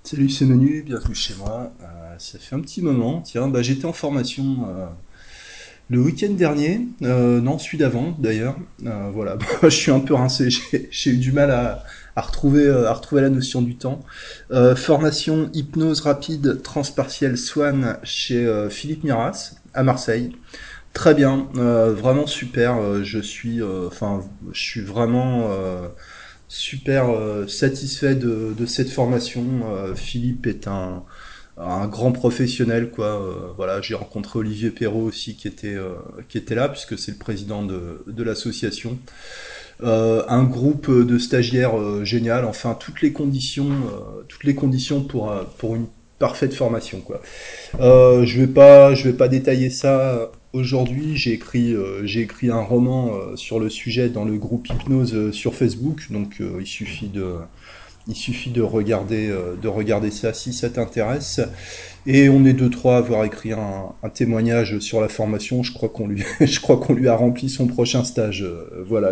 Salut, c'est Manu, bienvenue chez moi. Ça fait un petit moment, tiens, j'étais en formation le week-end dernier, non, celui d'avant d'ailleurs. Voilà, je suis un peu rincé, j'ai eu du mal à retrouver la notion du temps. Formation hypnose rapide transpartielle Swan chez Philippe Miras à Marseille. Très bien, vraiment super. Je suis vraiment super satisfait de cette formation. Philippe est un grand professionnel, quoi. Voilà, j'ai rencontré Olivier Perrault aussi qui était là puisque c'est le président de l'association. Un groupe de stagiaires génial. Enfin, toutes les conditions pour une parfaite formation, quoi. Je vais pas détailler ça aujourd'hui. J'ai écrit un roman sur le sujet dans le groupe Hypnose sur Facebook. Donc, il suffit de regarder ça si ça t'intéresse. Et on est deux, trois à avoir écrit un témoignage sur la formation. Je crois qu'on lui a rempli son prochain stage. Voilà,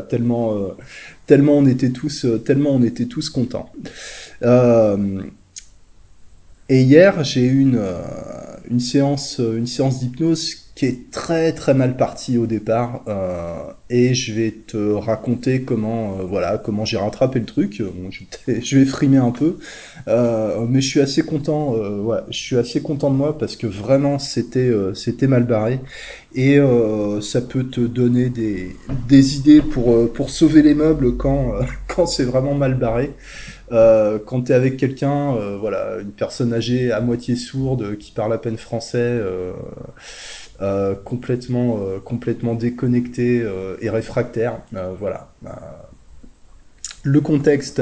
tellement on était tous contents. Euh, et hier, j'ai eu une séance d'hypnose qui est très très mal partie au départ. Et je vais te raconter comment j'ai rattrapé le truc. Bon, je vais frimer un peu. Mais je suis assez content. Ouais, je suis assez content de moi parce que vraiment c'était mal barré. Et ça peut te donner des idées pour sauver les meubles quand c'est vraiment mal barré. Quand tu es avec quelqu'un, voilà, une personne âgée à moitié sourde qui parle à peine français, complètement déconnecté et réfractaire, voilà. Le contexte,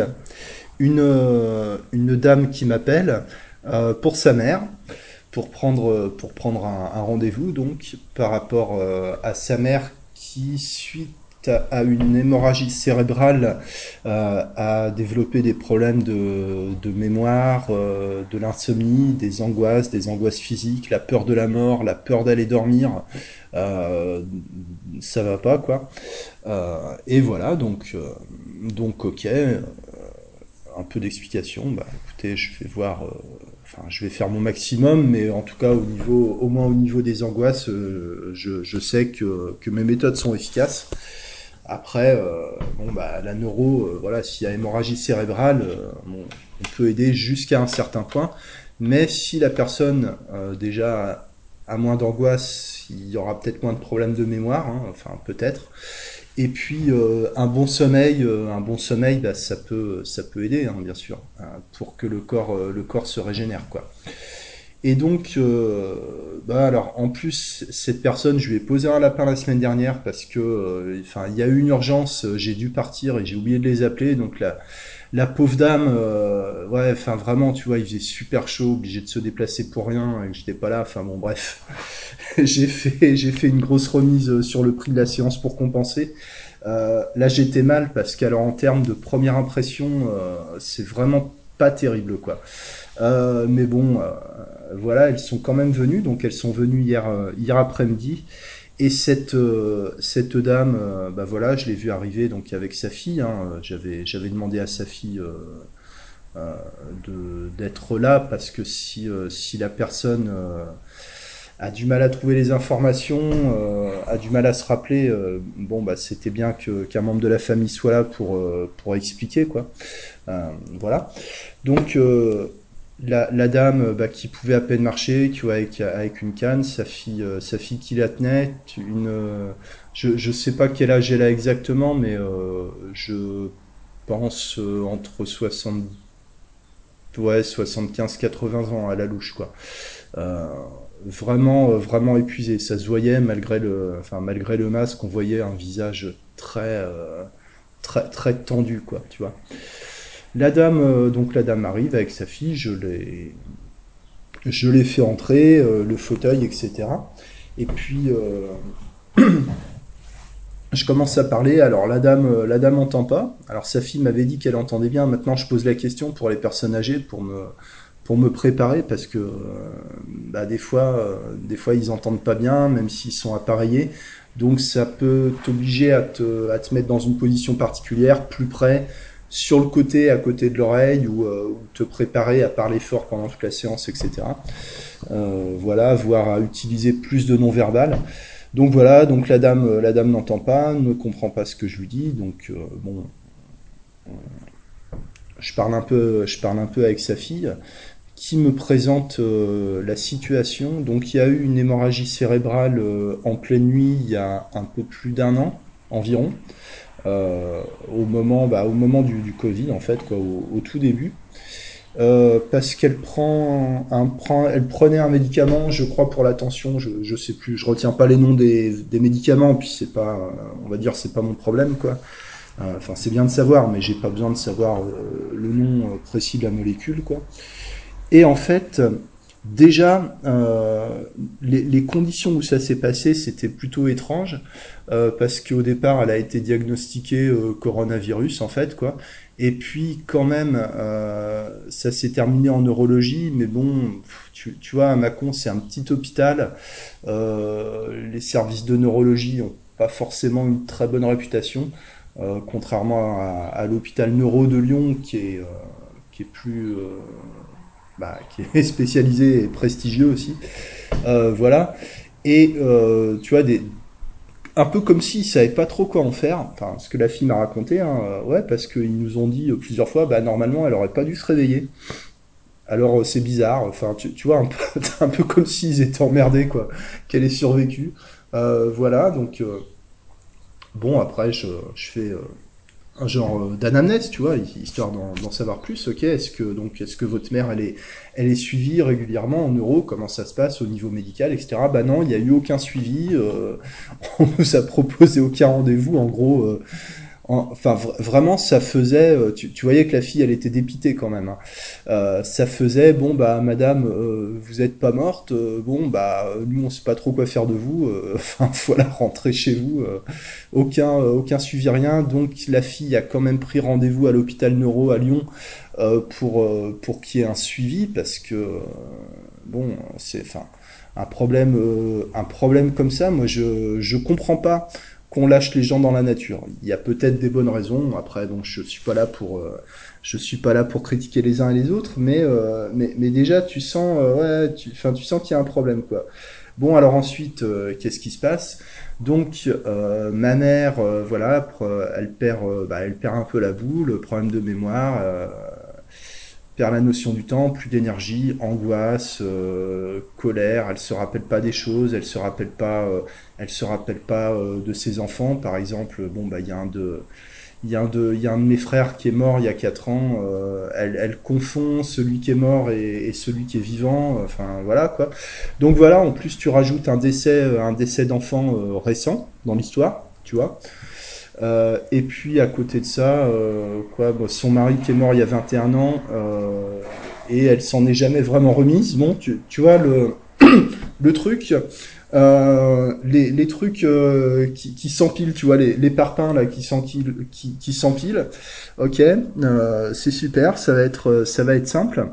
une dame qui m'appelle pour sa mère, pour prendre un rendez-vous, donc, par rapport à sa mère qui, suite à une hémorragie cérébrale, a développé des problèmes de mémoire, de l'insomnie, des angoisses physiques, la peur de la mort, la peur d'aller dormir. Euh, Ça va pas, quoi. Et voilà, donc ok, un peu d'explication. Bah, écoutez, je vais faire mon maximum, mais en tout cas, au moins au niveau des angoisses, je sais que mes méthodes sont efficaces. Après, la neuro, voilà, s'il y a hémorragie cérébrale, bon, on peut aider jusqu'à un certain point, mais si la personne déjà a moins d'angoisse, il y aura peut-être moins de problèmes de mémoire, hein, enfin peut-être. Et puis un bon sommeil, bah, ça peut aider, hein, bien sûr, pour que le corps se régénère, quoi. Et donc, alors, en plus, cette personne, je lui ai posé un lapin la semaine dernière parce que, enfin, il y a eu une urgence, j'ai dû partir et j'ai oublié de les appeler. Donc la pauvre dame, ouais, enfin vraiment, tu vois, il faisait super chaud, obligé de se déplacer pour rien, et que j'étais pas là. Enfin bon, bref, j'ai fait une grosse remise sur le prix de la séance pour compenser. Là, j'étais mal parce qu'alors en termes de première impression, c'est vraiment pas terrible, quoi. Mais bon, voilà, elles sont quand même venues, donc elles sont venues hier après-midi. Et cette dame, bah voilà, je l'ai vue arriver donc avec sa fille, hein. J'avais demandé à sa fille d'être là parce que si la personne a du mal à trouver les informations, a du mal à se rappeler, bon bah c'était bien qu'un membre de la famille soit là pour expliquer, quoi. Voilà. Donc la dame bah, qui pouvait à peine marcher, tu vois, avec une canne, sa fille qui la tenait, je sais pas quel âge elle a exactement, mais je pense entre 60, ouais, 75-80 ans à la louche, quoi. Euh, vraiment épuisé. Ça se voyait malgré le masque, on voyait un visage très tendu, quoi, tu vois. Donc la dame arrive avec sa fille, je l'ai fait entrer, le fauteuil, etc. Et puis je commence à parler. Alors la dame entend pas. Alors sa fille m'avait dit qu'elle entendait bien. Maintenant je pose la question pour les personnes âgées pour me préparer parce que bah, des fois ils entendent pas bien, même s'ils sont appareillés. Donc ça peut t'obliger à te mettre dans une position particulière, plus près. sur le côté, à côté de l'oreille, ou te préparer à parler fort pendant toute la séance, etc. Voilà, voire à utiliser plus de non-verbal. Donc voilà, donc la dame n'entend pas, ne comprend pas ce que je lui dis, donc bon, je parle un peu avec sa fille, qui me présente la situation. Donc il y a eu une hémorragie cérébrale en pleine nuit il y a un peu plus d'un an environ, au moment du Covid en fait, quoi, au tout début. Parce qu'elle elle prenait un médicament, je crois pour la tension, je sais plus, je retiens pas les noms des médicaments, puis c'est pas, on va dire, c'est pas mon problème quoi. Enfin, c'est bien de savoir, mais j'ai pas besoin de savoir le nom précis de la molécule quoi. Et en fait, déjà, les conditions où ça s'est passé, c'était plutôt étrange, parce qu'au départ, elle a été diagnostiquée coronavirus, en fait, quoi. Et puis, quand même, ça s'est terminé en neurologie, mais bon, tu vois, à Mâcon, c'est un petit hôpital. Les services de neurologie n'ont pas forcément une très bonne réputation, contrairement à l'hôpital Neuro de Lyon, qui est plus, qui est spécialisé et prestigieux aussi. Voilà. Et tu vois, un peu comme s'ils savaient pas trop quoi en faire. Enfin, ce que la fille m'a raconté, hein, ouais, parce qu'ils nous ont dit plusieurs fois, bah normalement, elle aurait pas dû se réveiller. Alors c'est bizarre. Enfin, tu vois, un peu, un peu comme s'ils étaient emmerdés, quoi, qu'elle ait survécu. Voilà. Donc bon, après, je fais un genre d'anamnèse, tu vois, histoire d'en savoir plus. Ok, est-ce que votre mère elle est suivie régulièrement en neuro, comment ça se passe au niveau médical, etc. Bah non, il n'y a eu aucun suivi, on nous a proposé aucun rendez-vous. En gros, enfin, vraiment, ça faisait. Tu voyais que la fille, elle était dépitée quand même, hein. Ça faisait, bon, bah, madame, vous êtes pas morte. Bon, bah, nous, on sait pas trop quoi faire de vous. Enfin, voilà, rentrez chez vous. Aucun suivi, rien. Donc, la fille a quand même pris rendez-vous à l'hôpital Neuro à Lyon pour qu'il y ait un suivi, parce que, bon, c'est. Enfin, un problème comme ça, moi, je comprends pas qu'on lâche les gens dans la nature. Il y a peut-être des bonnes raisons. Après, donc je suis pas là pour critiquer les uns et les autres, mais déjà tu sens, ouais, tu sens qu'il y a un problème quoi. Bon, alors ensuite, qu'est-ce qui se passe? Donc, ma mère, voilà, elle perd un peu la boule, problème de mémoire, perd la notion du temps, plus d'énergie, angoisse, colère. Elle se rappelle pas des choses, elle se rappelle pas de ses enfants, par exemple. Bon, bah, il y a un de mes frères qui est mort il y a 4 ans. Elle confond celui qui est mort et celui qui est vivant. Enfin, voilà quoi. Donc voilà, en plus, tu rajoutes un décès d'enfant récent dans l'histoire, tu vois. Et puis à côté de ça, quoi, bon, son mari qui est mort il y a 21 ans, et elle s'en est jamais vraiment remise. Bon, tu vois le truc, les trucs qui s'empilent, tu vois, les parpaings là qui s'empilent. Ok, c'est super, ça va être simple.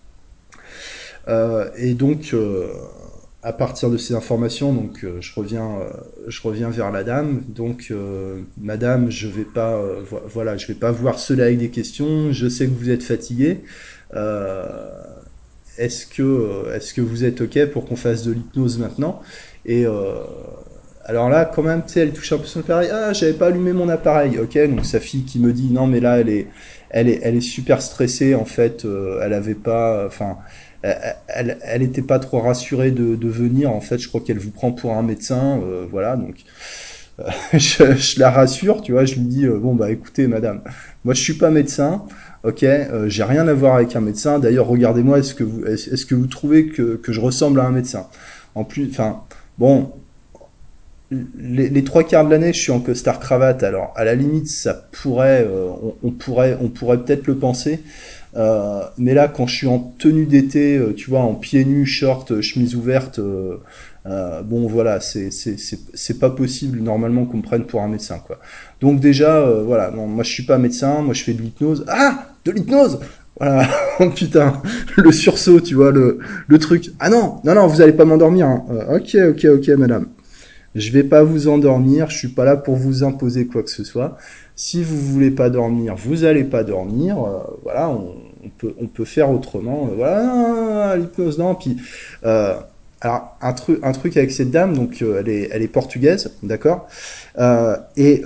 Et donc, à partir de ces informations, donc je reviens vers la dame. Donc, madame, je vais pas, voilà, je vais pas vous harceler avec des questions. Je sais que vous êtes fatiguée. Euh, est-ce que vous êtes ok pour qu'on fasse de l'hypnose maintenant? Et alors là, quand même, tu sais, elle touche un peu son appareil. Ah, j'avais pas allumé mon appareil. Ok, donc sa fille qui me dit non, mais là, elle est super stressée en fait. Elle avait pas, enfin, elle était pas trop rassurée de venir. En fait, je crois qu'elle vous prend pour un médecin. Voilà, donc je la rassure, tu vois. Je lui dis bon bah écoutez, madame, moi je suis pas médecin. Ok, j'ai rien à voir avec un médecin. D'ailleurs, regardez-moi. Est-ce que vous trouvez que je ressemble à un médecin? En plus, enfin, bon, les trois quarts de l'année, je suis en costard cravate. Alors, à la limite, ça pourrait, on pourrait peut-être le penser. Mais là, quand je suis en tenue d'été, tu vois, en pieds nus, short, chemise ouverte, bon, voilà, c'est pas possible normalement qu'on me prenne pour un médecin, quoi. Donc déjà, voilà, non, moi je suis pas médecin, moi je fais de l'hypnose. Ah, de l'hypnose. Voilà, oh putain, le sursaut, tu vois, le truc. Ah non, non, non, vous allez pas m'endormir, hein. Ok, ok, ok, madame. je vais pas vous endormir, je suis pas là pour vous imposer quoi que ce soit. Si vous voulez pas dormir, vous allez pas dormir. Voilà, on peut faire autrement. Voilà, l'hypnose non. Puis alors un truc avec cette dame, donc elle est portugaise, d'accord. Et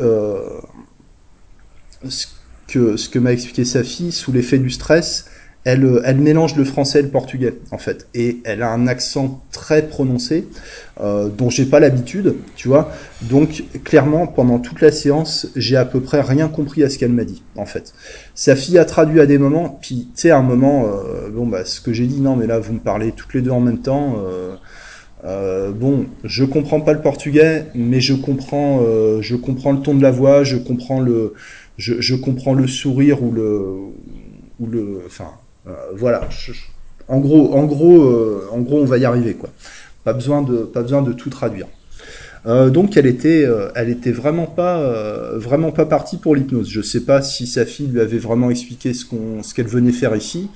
ce que m'a expliqué sa fille, sous l'effet du stress, elle mélange le français et le portugais, en fait. Et elle a un accent très prononcé, dont j'ai pas l'habitude, tu vois. Donc, clairement, pendant toute la séance, j'ai à peu près rien compris à ce qu'elle m'a dit, en fait. Sa fille a traduit à des moments, puis, tu sais, à un moment, bon, bah, ce que j'ai dit, non, mais là, vous me parlez toutes les deux en même temps, bon, je comprends pas le portugais, mais je comprends le ton de la voix, je comprends le sourire enfin, voilà. En gros, on va y arriver, quoi. Pas besoin de tout traduire. Donc elle était vraiment pas partie pour l'hypnose. Je sais pas si sa fille lui avait vraiment expliqué ce qu'elle venait faire ici,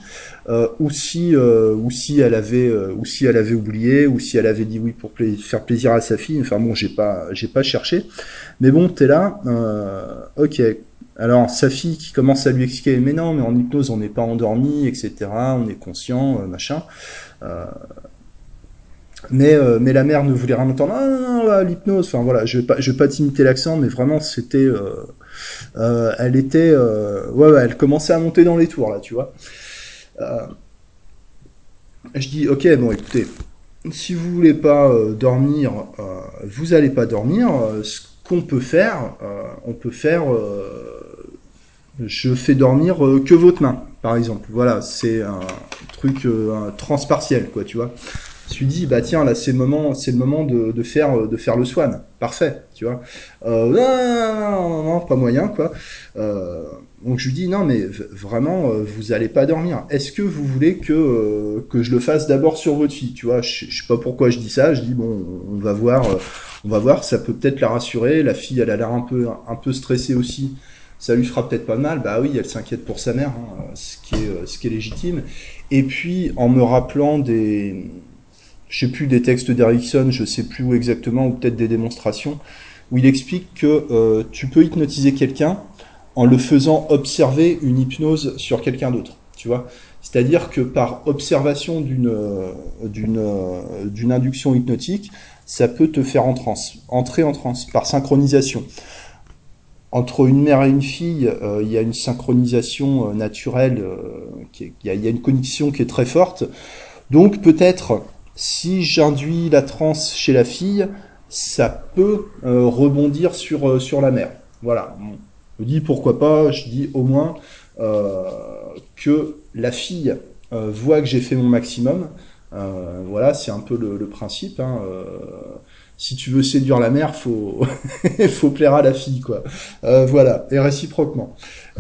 ou si elle avait oublié, ou si elle avait dit oui pour faire plaisir à sa fille. Enfin bon, j'ai pas cherché. Mais bon, t'es là, ok. Alors sa fille qui commence à lui expliquer, mais non, mais en hypnose on n'est pas endormi, etc. On est conscient, machin. Euh, mais la mère ne voulait rien entendre. Ah, non, non, l'hypnose. Enfin voilà, je vais pas t'imiter l'accent, mais vraiment c'était, elle était, ouais, elle commençait à monter dans les tours là, tu vois. Euh, je dis, ok, bon, écoutez, si vous voulez pas dormir, vous allez pas dormir. Ce qu'on peut faire, je fais dormir que votre main, par exemple. Voilà, c'est un truc un transpartiel, quoi, tu vois. Je me suis dit, bah tiens, là, c'est le moment de faire le swan. Parfait, tu vois. Non, pas moyen, quoi. Euh, donc je lui dis, non, mais vraiment, vous allez pas dormir. Est-ce que vous voulez que je le fasse d'abord sur votre fille, tu vois. Je sais pas pourquoi je dis ça. Je dis, bon, on va voir, ça peut peut-être la rassurer. La fille, elle a l'air un peu stressée aussi. Ça lui fera peut-être pas mal. Bah oui, elle s'inquiète pour sa mère, hein, ce qui est légitime. Et puis, en me rappelant je sais plus, des textes d'Erickson, je sais plus où exactement, ou peut-être des démonstrations, où il explique que tu peux hypnotiser quelqu'un en le faisant observer une hypnose sur quelqu'un d'autre, tu vois. C'est-à-dire que par observation d'une induction hypnotique, ça peut te faire entrer en transe, par synchronisation. Entre une mère et une fille, il y a une synchronisation naturelle, il y a une connexion qui est très forte. Donc peut-être, si j'induis la transe chez la fille, ça peut rebondir sur la mère. Voilà. Je dis pourquoi pas, je dis au moins euh, que la fille voit que j'ai fait mon maximum. Voilà, c'est un peu le principe. Hein. Si tu veux séduire la mère, faut plaire à la fille, quoi. Voilà, et réciproquement.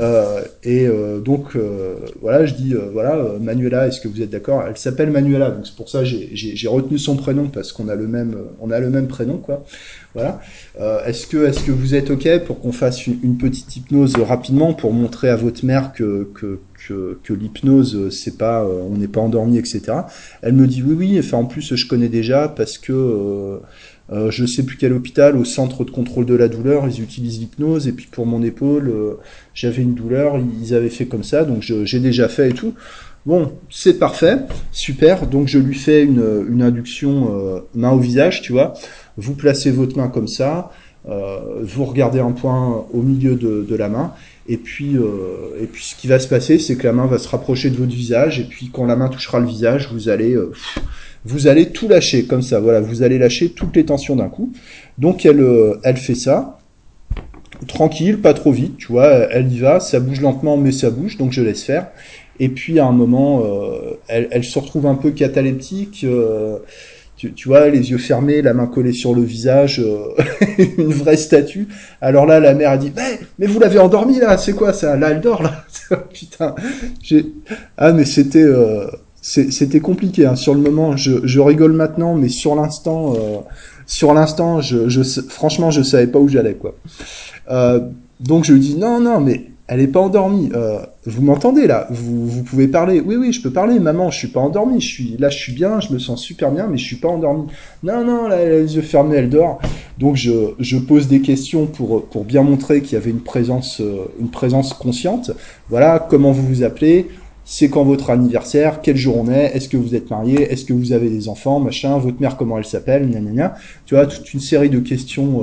Voilà, je dis, voilà, Manuela, est-ce que vous êtes d'accord? Elle s'appelle Manuela, donc c'est pour ça que j'ai retenu son prénom parce on a le même prénom, quoi. Voilà. Est-ce que vous êtes ok pour qu'on fasse une petite hypnose rapidement pour montrer à votre mère que l'hypnose, c'est pas, on n'est pas endormi, etc. Elle me dit oui, oui. Enfin, en plus, je connais déjà parce que je sais plus quel hôpital, au centre de contrôle de la douleur, ils utilisent l'hypnose. Et puis pour mon épaule, j'avais une douleur, ils avaient fait comme ça, donc j'ai déjà fait et tout. Bon, c'est parfait, super. Donc je lui fais une induction main au visage, tu vois. Vous placez votre main comme ça, vous regardez un point au milieu de la main, et puis ce qui va se passer, c'est que la main va se rapprocher de votre visage, et puis quand la main touchera le visage, vous allez tout lâcher comme ça. Voilà, vous allez lâcher toutes les tensions d'un coup. Donc elle fait ça, tranquille, pas trop vite, tu vois, elle y va, ça bouge lentement, mais ça bouge, donc je laisse faire. Et puis à un moment, elle se retrouve un peu cataleptique. Tu vois, les yeux fermés, la main collée sur le visage, une vraie statue. Alors là, la mère a dit, mais vous l'avez endormi là, c'est quoi ça? Là, elle dort là. Putain, j'ai... Ah, mais c'était compliqué. Hein. Sur le moment, je rigole maintenant, mais sur l'instant, franchement, je savais pas où j'allais quoi. Donc je lui dis non, non, mais Elle est pas endormie. Vous m'entendez là? Vous pouvez parler? Oui, oui, je peux parler, maman. Je suis pas endormie. Je suis bien. Je me sens super bien, mais je suis pas endormie. Non, non, là, elle a les yeux fermés, elle dort. Donc je pose des questions pour bien montrer qu'il y avait une présence consciente. Voilà, comment vous vous appelez? C'est quand votre anniversaire? Quel jour on est? Est-ce que vous êtes marié? Est-ce que vous avez des enfants? Machin. Votre mère, comment elle s'appelle? Gna, gna, gna. Tu vois, toute une série de questions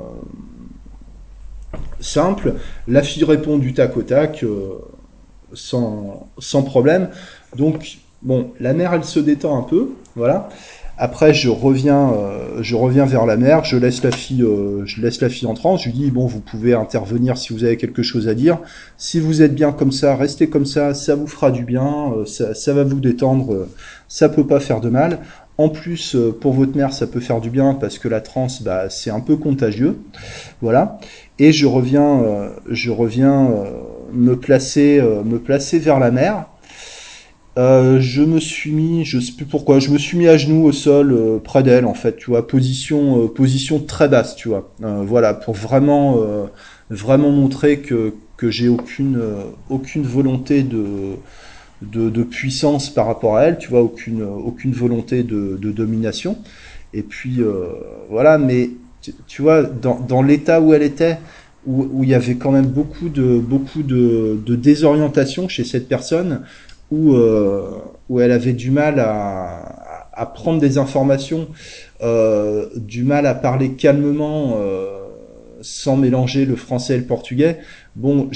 simples. La fille répond du tac au tac. Sans problème. Donc, bon, la mère, elle se détend un peu, voilà. Après, je reviens vers la mère, je laisse la fille en transe, je lui dis, bon, vous pouvez intervenir si vous avez quelque chose à dire. Si vous êtes bien comme ça, restez comme ça vous fera du bien, ça va vous détendre, ça peut pas faire de mal. En plus, pour votre mère, ça peut faire du bien parce que la transe, bah, c'est un peu contagieux. Voilà. Et je reviens me placer vers la mer. Je me suis mis, je sais plus pourquoi, je me suis mis à genoux au sol près d'elle en fait, tu vois, position très basse, tu vois. Voilà, pour vraiment montrer que j'ai aucune volonté de puissance par rapport à elle, tu vois, aucune volonté de domination. Et puis voilà, mais tu vois, dans l'état où elle était, où il y avait quand même beaucoup de désorientation chez cette personne, où elle avait du mal à prendre des informations, du mal à parler calmement, sans mélanger le français et le portugais. Bon,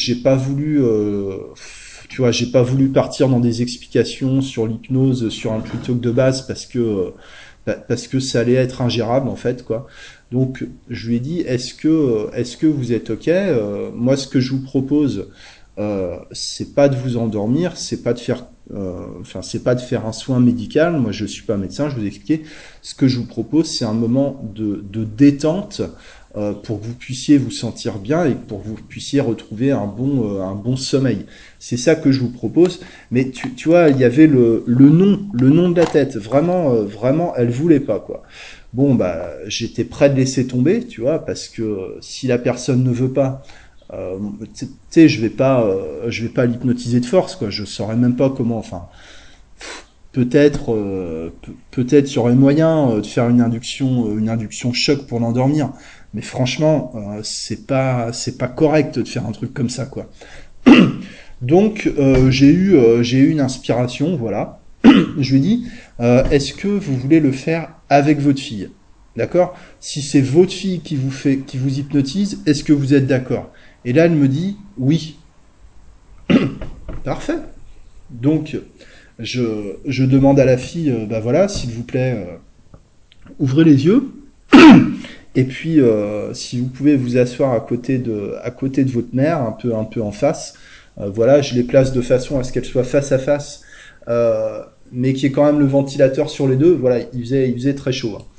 tu vois, j'ai pas voulu partir dans des explications sur l'hypnose, sur un plutôt que de base, parce que ça allait être ingérable en fait, quoi. Donc je lui ai dit, est-ce que vous êtes ok? Moi, ce que je vous propose, c'est pas de vous endormir, c'est pas de faire un soin médical. Moi, je suis pas médecin, je vous ai expliqué. Ce que je vous propose, c'est un moment de détente, pour que vous puissiez vous sentir bien et pour que vous puissiez retrouver un bon sommeil. C'est ça que je vous propose. Mais tu vois, il y avait le nom de la tête. Vraiment, elle voulait pas, quoi. Bon, bah, j'étais prêt de laisser tomber, tu vois, parce que si la personne ne veut pas, tu sais, je vais pas l'hypnotiser de force, quoi. Je saurais même pas comment. Enfin, peut-être il y aurait moyen de faire une induction choc pour l'endormir. Mais franchement, c'est pas correct de faire un truc comme ça, quoi. Donc j'ai eu une inspiration, voilà. Je lui ai dit, est-ce que vous voulez le faire avec votre fille? D'accord? Si c'est votre fille qui vous hypnotise, est-ce que vous êtes d'accord? Et là, elle me dit, oui. Parfait. Donc, je demande à la fille, bah voilà, s'il vous plaît, ouvrez les yeux. Et puis, si vous pouvez vous asseoir à côté de votre mère, un peu en face. Voilà, je les place de façon à ce qu'elles soient face à face, euh, mais qu'il y ait quand même le ventilateur sur les deux. Voilà, il faisait très chaud, hein.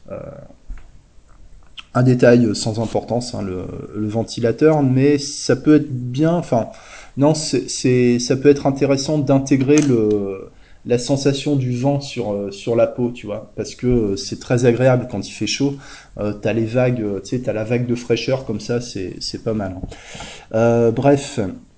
Un détail sans importance, hein, le ventilateur, mais ça peut être bien. Enfin, non, ça peut être intéressant d'intégrer la sensation du vent sur la peau, tu vois, parce que c'est très agréable quand il fait chaud. T'as les vagues, tu sais, t'as la vague de fraîcheur comme ça, c'est pas mal, hein. Bref,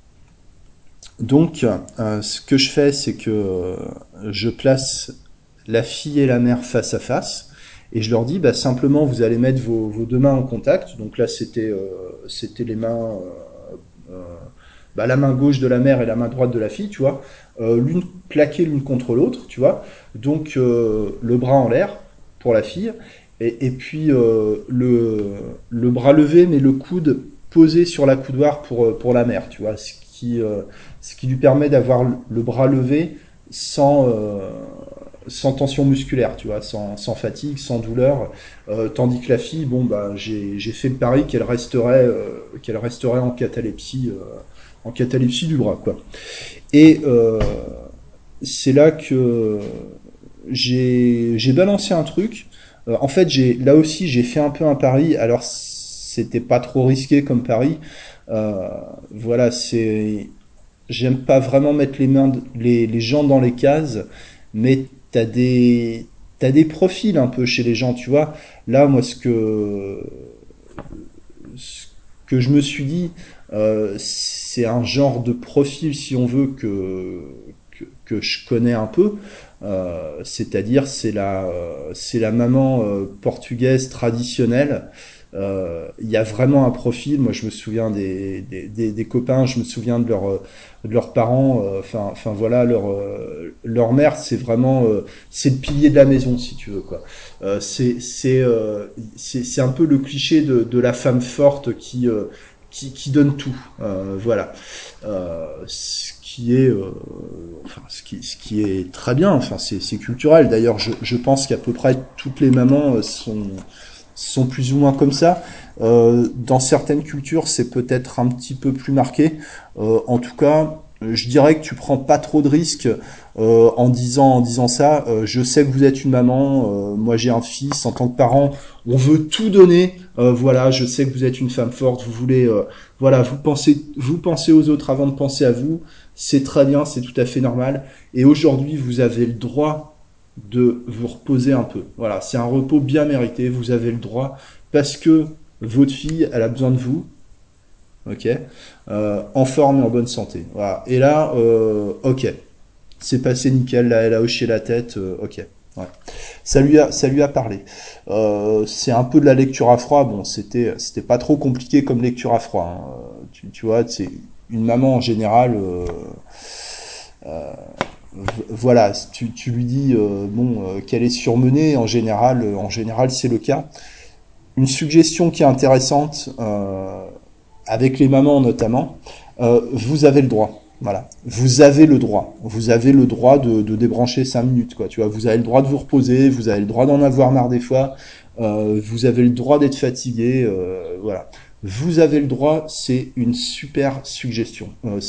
donc ce que je fais, c'est que je place la fille et la mère face à face. Et je leur dis, bah, simplement, vous allez mettre vos deux mains en contact. Donc là, c'était les mains, euh, bah, la main gauche de la mère et la main droite de la fille, tu vois. L'une plaquée l'une contre l'autre, tu vois. Donc le bras en l'air pour la fille. Et puis le bras levé, mais le coude posé sur la coudoir pour la mère, tu vois. Ce qui lui permet d'avoir le bras levé sans, sans tension musculaire, tu vois, sans fatigue, sans douleur, tandis que la fille, bon bah j'ai fait le pari qu'elle resterait en catalepsie du bras, quoi. Et c'est là que j'ai balancé un truc. En fait, là aussi j'ai fait un peu un pari. Alors c'était pas trop risqué comme pari. Euh, voilà, c'est j'aime pas vraiment mettre les gens dans les cases, mais t'as des profils un peu chez les gens, tu vois. Là, moi, ce que je me suis dit, C'est un genre de profil, si on veut, que je connais un peu. C'est-à-dire, c'est la maman portugaise traditionnelle. Il y a vraiment un profil. Moi, je me souviens des copains, je me souviens de leurs parents. Enfin voilà, leur mère, c'est vraiment, c'est le pilier de la maison, si tu veux quoi. C'est un peu le cliché de la femme forte qui donne tout. Voilà. Ce qui est très bien. Enfin, c'est culturel. D'ailleurs, je pense qu'à peu près toutes les mamans sont plus ou moins comme ça. Dans certaines cultures, c'est peut-être un petit peu plus marqué. En tout cas, je dirais que tu prends pas trop de risques en disant ça. Je sais que vous êtes une maman, moi j'ai un fils. En tant que parent, on veut tout donner. Voilà, je sais que vous êtes une femme forte. Vous voulez, voilà, vous pensez aux autres avant de penser à vous. C'est très bien, c'est tout à fait normal. Et aujourd'hui, vous avez le droit de vous reposer un peu. Voilà, c'est un repos bien mérité, vous avez le droit, parce que votre fille, elle a besoin de vous, ok, en forme et en bonne santé. Voilà. Et là, ok, c'est passé nickel, là, elle a hoché la tête, ok. Ouais. Ça lui a parlé. C'est un peu de la lecture à froid. Bon, c'était pas trop compliqué comme lecture à froid. Hein. Tu vois, c'est une maman en général. Voilà, tu lui dis qu'elle est surmenée, en général c'est le cas. Une suggestion qui est intéressante, avec les mamans notamment, vous avez le droit. Voilà, vous avez le droit. Vous avez le droit de débrancher 5 minutes, quoi. Tu vois, vous avez le droit de vous reposer, vous avez le droit d'en avoir marre des fois, vous avez le droit d'être fatigué, voilà. Vous avez le droit, c'est une super suggestion.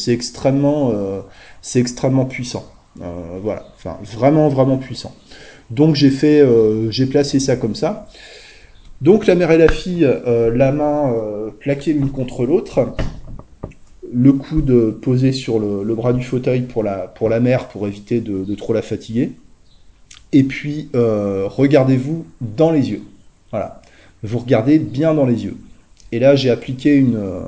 C'est extrêmement puissant. Voilà, enfin vraiment vraiment puissant. Donc j'ai placé ça comme ça. Donc la mère et la fille, la main plaquée l'une contre l'autre, le coude posé sur le bras du fauteuil pour la mère pour éviter de trop la fatiguer. Et puis regardez-vous dans les yeux. Voilà, vous regardez bien dans les yeux. Et là j'ai appliqué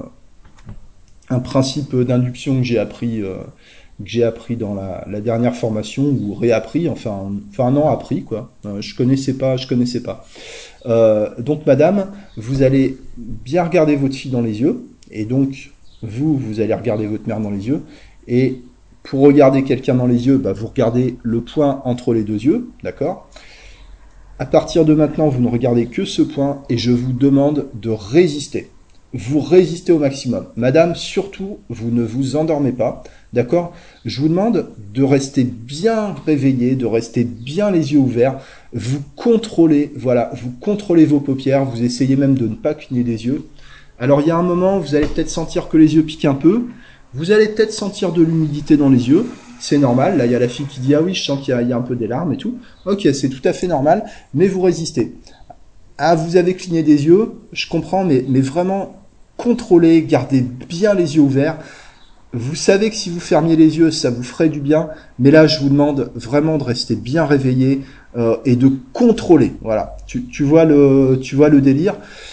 un principe d'induction que j'ai appris dans la dernière formation ou réappris, enfin non appris quoi. Je connaissais pas. Donc madame, vous allez bien regarder votre fille dans les yeux et donc vous allez regarder votre mère dans les yeux et pour regarder quelqu'un dans les yeux, bah, vous regardez le point entre les deux yeux, d'accord. À partir de maintenant, vous ne regardez que ce point et je vous demande de résister. Vous résistez au maximum. Madame, surtout, vous ne vous endormez pas. D'accord. Je vous demande de rester bien réveillé, de rester bien les yeux ouverts. Vous contrôlez, voilà, vous contrôlez vos paupières. Vous essayez même de ne pas cligner des yeux. Alors, il y a un moment, vous allez peut-être sentir que les yeux piquent un peu. Vous allez peut-être sentir de l'humidité dans les yeux. C'est normal. Là, il y a la fille qui dit, ah oui, je sens qu'il y a un peu des larmes et tout. Ok, c'est tout à fait normal, mais vous résistez. Ah, vous avez cligné des yeux, je comprends, mais vraiment, contrôlez, gardez bien les yeux ouverts. Vous savez que si vous fermiez les yeux, ça vous ferait du bien, mais là, je vous demande vraiment de rester bien réveillé et de contrôler. Voilà, tu vois le délire.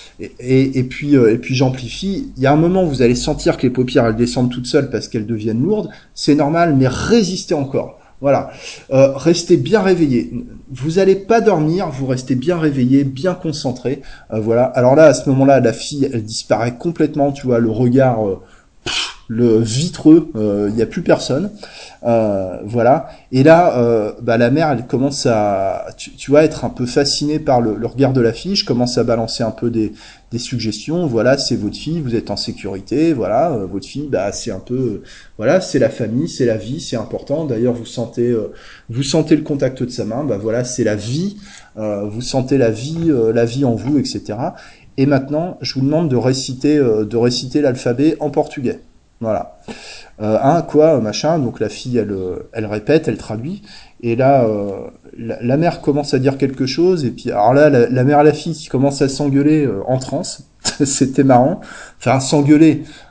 Et puis j'amplifie. Il y a un moment où vous allez sentir que les paupières elles descendent toutes seules parce qu'elles deviennent lourdes. C'est normal, mais résistez encore. Voilà, restez bien réveillé. Vous allez pas dormir, vous restez bien réveillé, bien concentré. Voilà. Alors là, à ce moment-là, la fille, elle disparaît complètement. Tu vois, le regard le vitreux, il n'y a plus personne. Voilà. Et là, bah, la mère, elle commence à, tu vois, être un peu fascinée par le regard de la fille. Je commence à balancer un peu des suggestions. Voilà, c'est votre fille, vous êtes en sécurité. Voilà, votre fille, bah, c'est un peu, voilà, c'est la famille, c'est la vie, c'est important. D'ailleurs, vous sentez le contact de sa main. Bah voilà, c'est la vie. Vous sentez la vie en vous, etc. Et maintenant, je vous demande de réciter l'alphabet en portugais. Voilà. Quoi, machin. Donc la fille, elle répète, elle traduit. Et là, la mère commence à dire quelque chose. Et puis, alors là, la mère et la fille qui commencent à s'engueuler en transe. C'était marrant. Enfin, s'engueuler.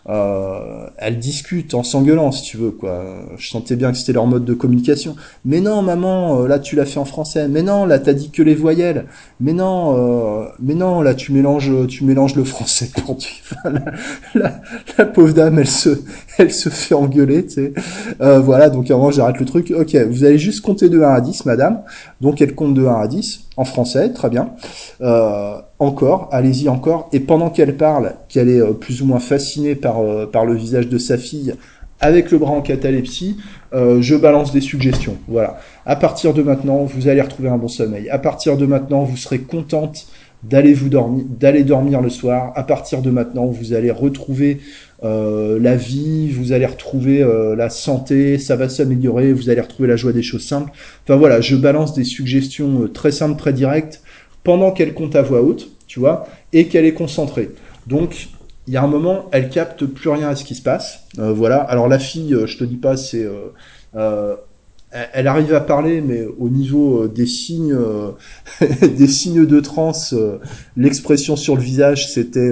elles discutent en s'engueulant, si tu veux, quoi. Je sentais bien que c'était leur mode de communication. Mais non, maman, là tu l'as fait en français. Mais non, là t'as dit que les voyelles. Mais non, là tu mélanges le français pour tu. Enfin, la, la pauvre dame, elle se fait engueuler, tu sais. Voilà, donc à un moment j'arrête le truc. Ok, vous allez juste compter de 1 à 10, madame. Donc elle compte de 1 à 10 en français, très bien. Encore, allez-y encore. Et pendant qu'elle parle, qu'elle est plus ou moins fascinée par le visage de sa fille, avec le bras en catalepsie, je balance des suggestions. Voilà. À partir de maintenant, vous allez retrouver un bon sommeil. À partir de maintenant, vous serez contente d'aller dormir le soir. À partir de maintenant, vous allez retrouver la vie, vous allez retrouver la santé, ça va s'améliorer, vous allez retrouver la joie des choses simples. Enfin voilà, je balance des suggestions très simples, très directes, pendant qu'elle compte à voix haute, tu vois, et qu'elle est concentrée. Donc, il y a un moment, elle capte plus rien à ce qui se passe. Voilà. Alors la fille, je te dis pas, euh, elle arrive à parler, mais au niveau des signes, des signes de transe, l'expression sur le visage,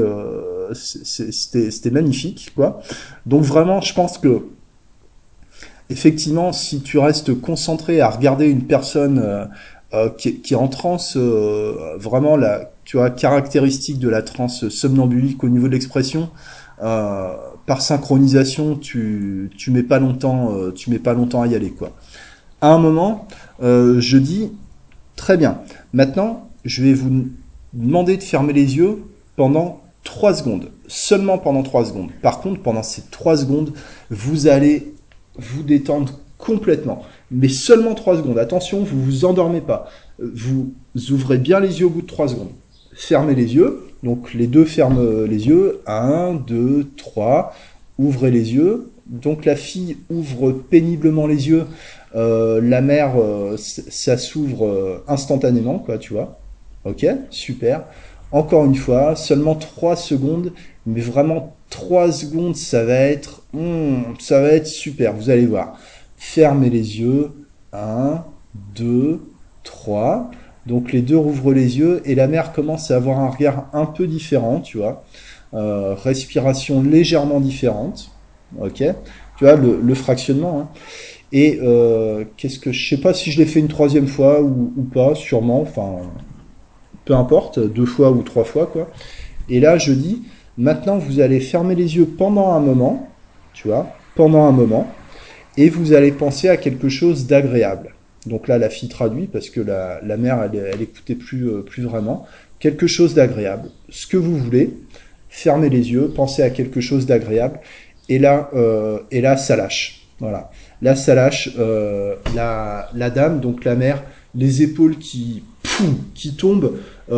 c'était magnifique, quoi. Donc vraiment, je pense que effectivement, si tu restes concentré à regarder une personne qui est en transe, vraiment tu vois, caractéristique de la transe somnambulique au niveau de l'expression, euh, par synchronisation, tu mets pas longtemps à y aller, quoi. À un moment, je dis très bien. Maintenant, je vais vous demander de fermer les yeux pendant 3 secondes. Seulement pendant 3 secondes. Par contre, pendant ces 3 secondes, vous allez vous détendre complètement. Mais seulement 3 secondes. Attention, vous vous endormez pas. Vous ouvrez bien les yeux au bout de 3 secondes. Fermez les yeux. Donc les deux ferment les yeux. Un, 2, 3. Ouvrez les yeux. Donc la fille ouvre péniblement les yeux. La mère, ça s'ouvre instantanément, quoi, tu vois. Ok, super. Encore une fois, seulement 3 secondes, mais vraiment 3 secondes, ça va être super, vous allez voir. Fermez les yeux. Un, 2, 3. Donc les deux rouvrent les yeux et la mère commence à avoir un regard un peu différent, tu vois. Respiration légèrement différente. Ok. Tu vois, le fractionnement, hein. Et qu'est-ce que je sais pas si je l'ai fait une troisième fois ou pas, sûrement. Enfin, peu importe, 2 fois ou 3 fois, quoi. Et là, je dis, maintenant, vous allez fermer les yeux pendant un moment, tu vois, pendant un moment, et vous allez penser à quelque chose d'agréable. Donc là, la fille traduit parce que la mère, elle écoutait plus vraiment. Quelque chose d'agréable. Ce que vous voulez, fermez les yeux, pensez à quelque chose d'agréable, et là, ça lâche. Voilà. Là, ça lâche. La dame, donc la mère, les épaules qui tombent.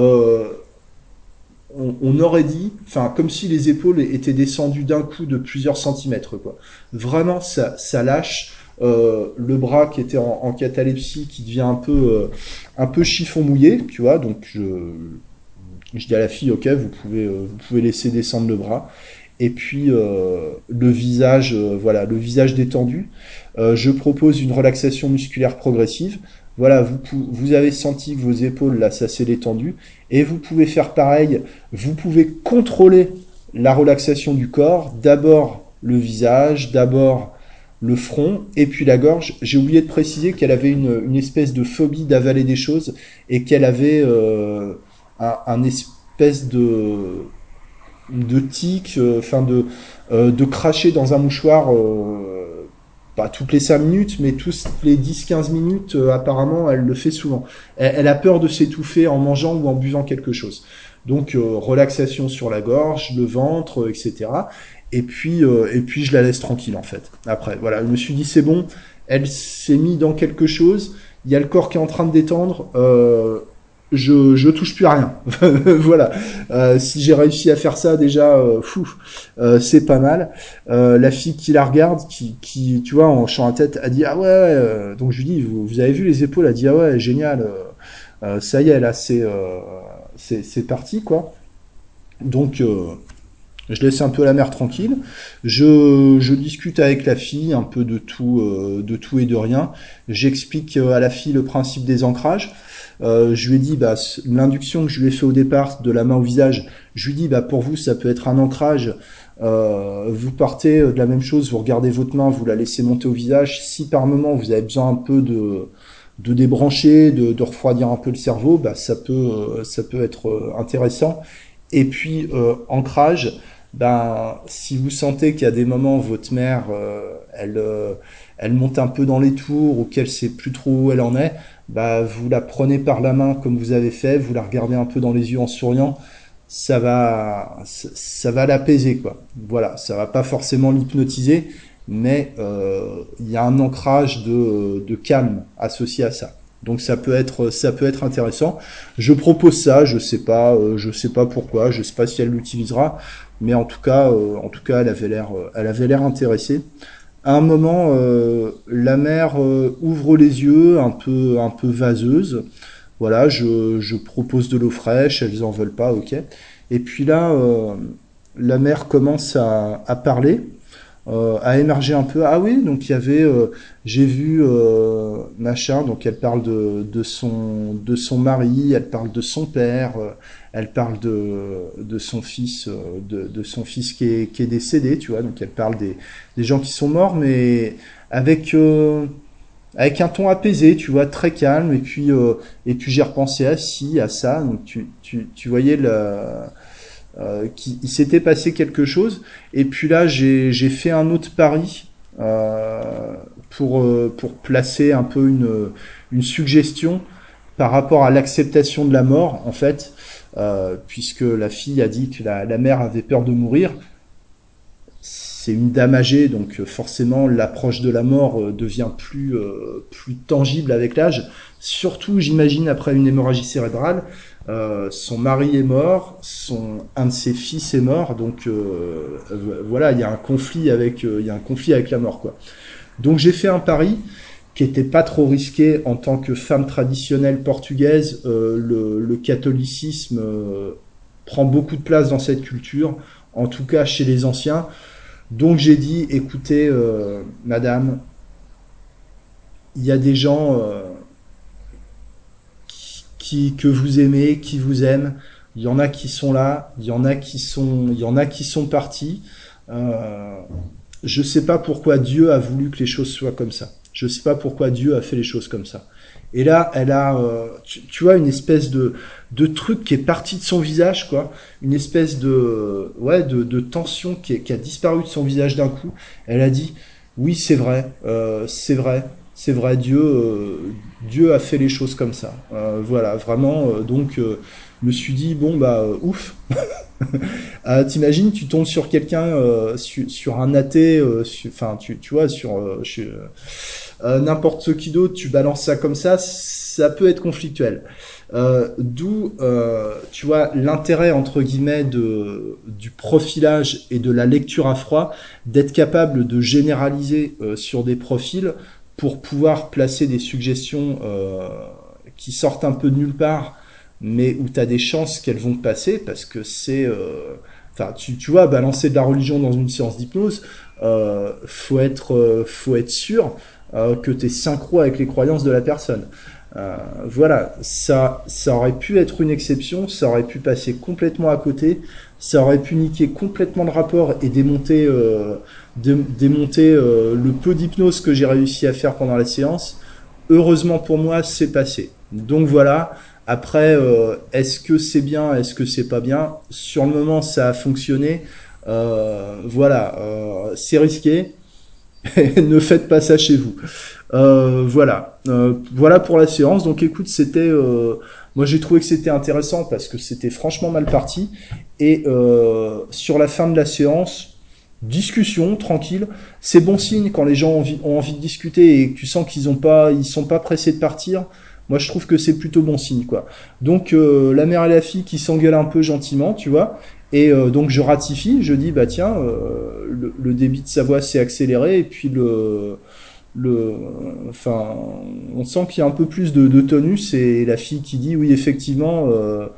On aurait dit, enfin, comme si les épaules étaient descendues d'un coup de plusieurs centimètres, quoi. Vraiment, ça lâche. Le bras qui était en catalepsie, qui devient un peu chiffon mouillé, tu vois. Donc, je dis à la fille, ok, vous pouvez laisser descendre le bras. Et puis le visage, voilà, le visage détendu. Je propose une relaxation musculaire progressive. Voilà, vous avez senti que vos épaules, là, ça s'est détendu. Et vous pouvez faire pareil. Vous pouvez contrôler la relaxation du corps. D'abord le visage, d'abord le front, et puis la gorge. J'ai oublié de préciser qu'elle avait une espèce de phobie d'avaler des choses et qu'elle avait un espèce de tic, enfin de cracher dans un mouchoir, pas toutes les 5 minutes, mais tous les 10-15 minutes, apparemment, elle le fait souvent. Elle a peur de s'étouffer en mangeant ou en buvant quelque chose. Donc, relaxation sur la gorge, le ventre, etc. Et puis, je la laisse tranquille, en fait. Après, voilà, je me suis dit, c'est bon, elle s'est mise dans quelque chose, il y a le corps qui est en train de détendre, je touche plus à rien. Voilà. Si j'ai réussi à faire ça déjà, c'est pas mal. La fille qui la regarde, tu vois, en hochant la tête, a dit ah ouais. Donc je lui dis vous avez vu les épaules, elle a dit ah ouais génial. Ça y est là c'est parti quoi. Donc je laisse un peu la mère tranquille. Je discute avec la fille un peu de tout et de rien. J'explique à la fille le principe des ancrages. Je lui ai dit, bah, l'induction que je lui ai fait au départ de la main au visage, je lui ai dit, bah, pour vous, ça peut être un ancrage Vous partez de la même chose, vous regardez votre main, vous la laissez monter au visage. Si par moment vous avez besoin un peu de débrancher, de refroidir un peu le cerveau, bah, ça peut être intéressant. Et puis, ancrage, ben, si vous sentez qu'il y a des moments où votre mère, elle monte un peu dans les tours ou qu'elle sait plus trop où elle en est, bah, vous la prenez par la main comme vous avez fait, vous la regardez un peu dans les yeux en souriant, ça va l'apaiser, quoi. Voilà, ça va pas forcément l'hypnotiser, mais il y a un ancrage de calme associé à ça. Donc ça peut être intéressant. Je propose ça, je sais pas pourquoi, je sais pas si elle l'utilisera, mais en tout cas, elle avait l'air intéressée. À un moment, la mère ouvre les yeux, un peu vaseuse. Voilà, je propose de l'eau fraîche, elles en veulent pas, ok. Et puis là, la mère commence à parler, a émergé un peu. Ah oui, donc il y avait, j'ai vu machin, donc elle parle de son mari, elle parle de son père, elle parle de son fils, de son fils qui est décédé, tu vois, donc elle parle des gens qui sont morts, mais avec, avec un ton apaisé, tu vois, très calme, et puis j'ai repensé à ci, à ça, donc tu voyais il s'était passé quelque chose. Et puis là, j'ai fait un autre pari pour placer un peu une suggestion par rapport à l'acceptation de la mort, en fait, puisque la fille a dit que la mère avait peur de mourir. C'est une dame âgée, donc forcément l'approche de la mort devient plus tangible avec l'âge. Surtout, j'imagine, après une hémorragie cérébrale, son mari est mort, un de ses fils est mort, donc voilà, il y a un conflit avec la mort, quoi. Donc j'ai fait un pari qui était pas trop risqué en tant que femme traditionnelle portugaise. Le catholicisme prend beaucoup de place dans cette culture, en tout cas chez les anciens. Donc j'ai dit, écoutez, madame, il y a des gens que vous aimez, qui vous aiment. Il y en a qui sont là, il y en a qui sont partis. Euh, je sais pas pourquoi Dieu a voulu que les choses soient comme ça. Je sais pas pourquoi Dieu a fait les choses comme ça. Et là, elle a, tu vois, une espèce de truc qui est parti de son visage, quoi. Une espèce de tension qui a disparu de son visage d'un coup. Elle a dit, oui, c'est vrai, Dieu a fait les choses comme ça. Voilà, vraiment, donc, je me suis dit, bon, bah, ouf. T'imagines, tu tombes sur quelqu'un, sur un athée, enfin, tu vois, n'importe qui d'autre, tu balances ça comme ça peut être conflictuel. D'où, tu vois, l'intérêt, entre guillemets, du profilage et de la lecture à froid, d'être capable de généraliser sur des profils pour pouvoir placer des suggestions qui sortent un peu de nulle part, mais où tu as des chances qu'elles vont passer, parce que c'est... Enfin, tu vois, balancer de la religion dans une séance d'hypnose, faut être sûr que tu es synchro avec les croyances de la personne. Voilà, ça aurait pu être une exception, ça aurait pu passer complètement à côté, ça aurait pu niquer complètement le rapport et démonter le peu d'hypnose que j'ai réussi à faire pendant la séance. Heureusement pour moi, c'est passé. Donc voilà. Après, est-ce que c'est bien, est-ce que c'est pas bien? Sur le moment, ça a fonctionné. Voilà, c'est risqué. Ne faites pas ça chez vous. Voilà, voilà pour la séance. Donc écoute, moi j'ai trouvé que c'était intéressant parce que c'était franchement mal parti. Et sur la fin de la séance, discussion tranquille. C'est bon signe quand les gens ont envie de discuter et que tu sens ils sont pas pressés de partir. Moi je trouve que c'est plutôt bon signe, quoi. Donc la mère et la fille qui s'engueulent un peu gentiment, tu vois. Et donc je ratifie, je dis bah tiens, le débit de sa voix s'est accéléré et puis le, enfin, on sent qu'il y a un peu plus de tonus et la fille qui dit oui effectivement,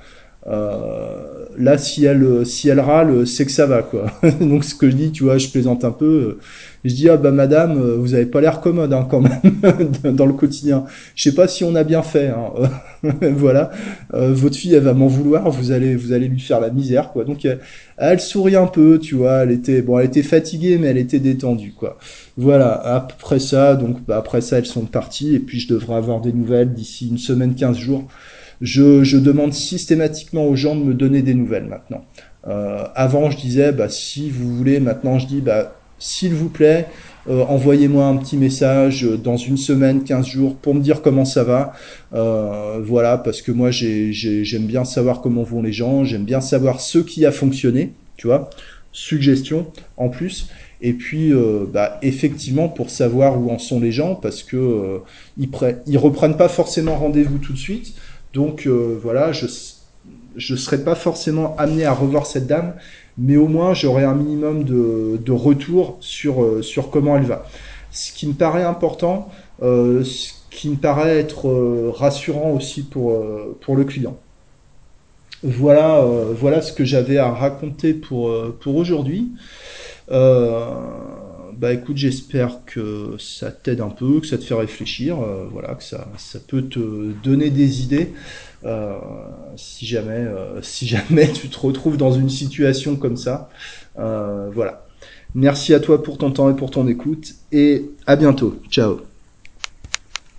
Là, si elle râle, c'est que ça va, quoi. Donc, ce que je dis, tu vois, je plaisante un peu. Je dis, ah bah madame, vous avez pas l'air commode, hein, quand même, dans le quotidien. Je sais pas si on a bien fait, hein. Voilà. Votre fille, elle va m'en vouloir, vous allez lui faire la misère, quoi. Donc, elle sourit un peu, tu vois. Elle était fatiguée, mais elle était détendue, quoi. Voilà. Après ça, donc, bah, après ça, elles sont parties, et puis je devrais avoir des nouvelles d'ici une semaine, 15 jours. Je demande systématiquement aux gens de me donner des nouvelles maintenant. Avant, je disais, bah, si vous voulez, maintenant, je dis, bah, s'il vous plaît, envoyez-moi un petit message dans une semaine, 15 jours, pour me dire comment ça va. Voilà, parce que moi, j'aime bien savoir comment vont les gens, j'aime bien savoir ce qui a fonctionné, tu vois. Suggestion en plus. Et puis, bah, effectivement, pour savoir où en sont les gens, parce que ils reprennent pas forcément rendez-vous tout de suite. Donc voilà, je serais pas forcément amené à revoir cette dame, mais au moins j'aurais un minimum de retour sur comment elle va. Ce qui me paraît important, ce qui me paraît être rassurant aussi pour le client. Voilà, voilà ce que j'avais à raconter pour aujourd'hui. Euh, Bah écoute, j'espère que ça t'aide un peu, que ça te fait réfléchir, voilà, que ça peut te donner des idées. Euh, si jamais tu te retrouves dans une situation comme ça. Voilà. Merci à toi pour ton temps et pour ton écoute et à bientôt. Ciao.